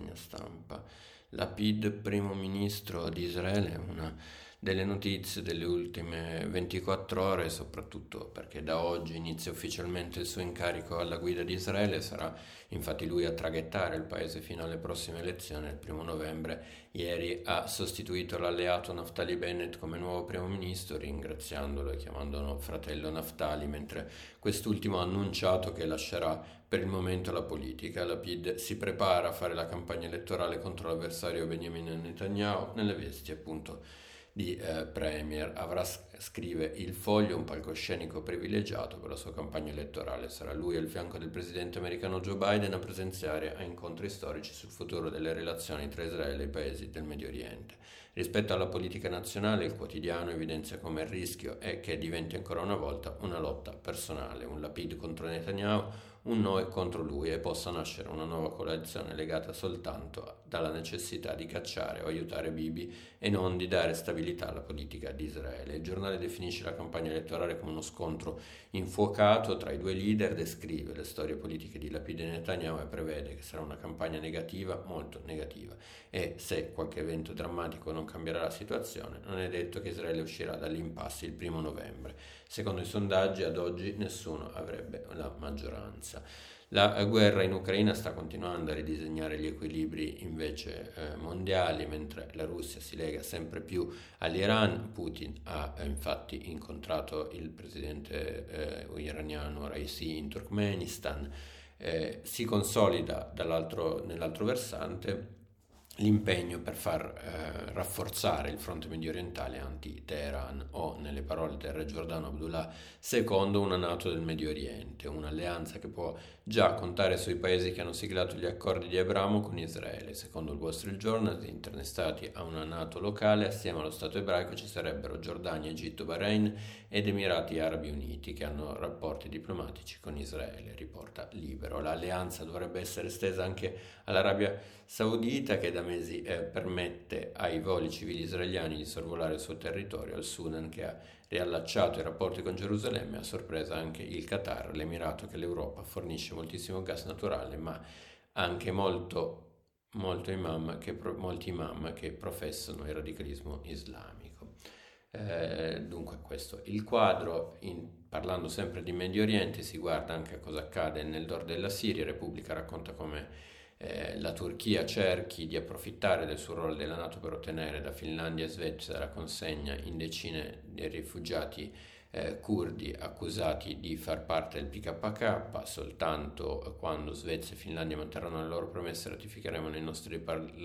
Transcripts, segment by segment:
rassegna stampa. Lapid, primo ministro di Israele, una delle notizie delle ultime 24 ore, soprattutto perché da oggi inizia ufficialmente il suo incarico alla guida di Israele. Sarà infatti lui a traghettare il paese fino alle prossime elezioni il 1 novembre. Ieri ha sostituito l'alleato Naftali Bennett come nuovo primo ministro, ringraziandolo e chiamandolo fratello Naftali, mentre quest'ultimo ha annunciato che lascerà per il momento la politica. Lapid si prepara a fare la campagna elettorale contro l'avversario Benjamin Netanyahu nelle vesti appunto di premier. Avrà, scrive Il Foglio, un palcoscenico privilegiato per la sua campagna elettorale. Sarà lui al fianco del presidente americano Joe Biden a presenziare a incontri storici sul futuro delle relazioni tra Israele e i paesi del Medio Oriente. Rispetto alla politica nazionale, il quotidiano evidenzia come il rischio è che diventi ancora una volta una lotta personale, un Lapid contro Netanyahu, un noi contro lui, e possa nascere una nuova coalizione legata soltanto dalla necessità di cacciare o aiutare Bibi e non di dare stabilità alla politica di Israele. Il giornale definisce la campagna elettorale come uno scontro infuocato tra i due leader, descrive le storie politiche di Lapid e Netanyahu e prevede che sarà una campagna negativa, molto negativa, e se qualche evento drammatico non cambierà la situazione, non è detto che Israele uscirà dall'impasse il 1 novembre. Secondo i sondaggi ad oggi nessuno avrebbe la maggioranza. La guerra in Ucraina sta continuando a ridisegnare gli equilibri invece mondiali, mentre la Russia si lega sempre più all'Iran. Putin ha infatti incontrato il presidente iraniano Raisi in Turkmenistan. Si consolida nell'altro versante l'impegno per far rafforzare il fronte medio orientale anti-Teheran, o nelle parole del re Giordano Abdullah II, una NATO del Medio Oriente, un'alleanza che può già contare sui paesi che hanno siglato gli accordi di Abramo con Israele. Secondo il Wall Street Journal, internestati a una NATO locale, assieme allo Stato ebraico ci sarebbero Giordania, Egitto, Bahrain ed Emirati Arabi Uniti, che hanno rapporti diplomatici con Israele, riporta Libero. L'alleanza dovrebbe essere estesa anche all'Arabia Saudita, che da mesi permette ai voli civili israeliani di sorvolare il suo territorio, al Sudan, che ha riallacciato i rapporti con Gerusalemme, a sorpresa anche il Qatar, l'Emirato che l'Europa fornisce moltissimo gas naturale, ma anche molti imam che professano il radicalismo islamico. Dunque questo il quadro. Parlando sempre di Medio Oriente, si guarda anche a cosa accade nel nord della Siria. Repubblica racconta come la Turchia cerchi di approfittare del suo ruolo della NATO per ottenere da Finlandia e Svezia la consegna in decine di rifugiati curdi accusati di far parte del PKK. Soltanto quando Svezia e Finlandia manterranno le loro promesse ratificheremo nel nostro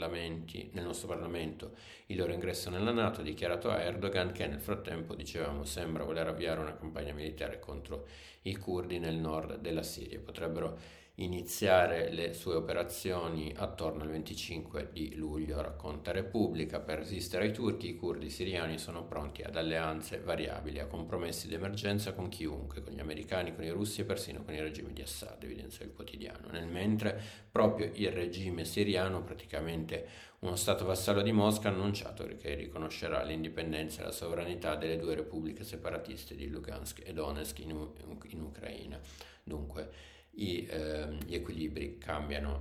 Parlamento il loro ingresso nella NATO, ha dichiarato a Erdogan, che nel frattempo, dicevamo, sembra voler avviare una campagna militare contro i curdi nel nord della Siria. Potrebbero iniziare le sue operazioni attorno al 25 di luglio, racconta Repubblica. Per resistere ai turchi, i curdi siriani sono pronti ad alleanze variabili, a compromessi d'emergenza con chiunque, con gli americani, con i russi e persino con il regime di Assad, evidenzia il quotidiano. Nel mentre, proprio il regime siriano, praticamente uno stato vassallo di Mosca, ha annunciato che riconoscerà l'indipendenza e la sovranità delle due repubbliche separatiste di Lugansk e Donetsk in Ucraina. Dunque gli equilibri cambiano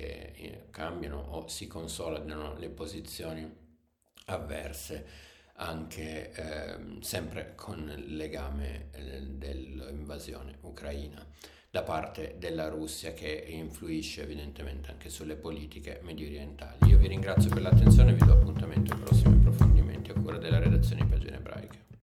o si consolidano le posizioni avverse, anche sempre con il legame dell'invasione ucraina da parte della Russia, che influisce evidentemente anche sulle politiche mediorientali. Io vi ringrazio per l'attenzione e vi do appuntamento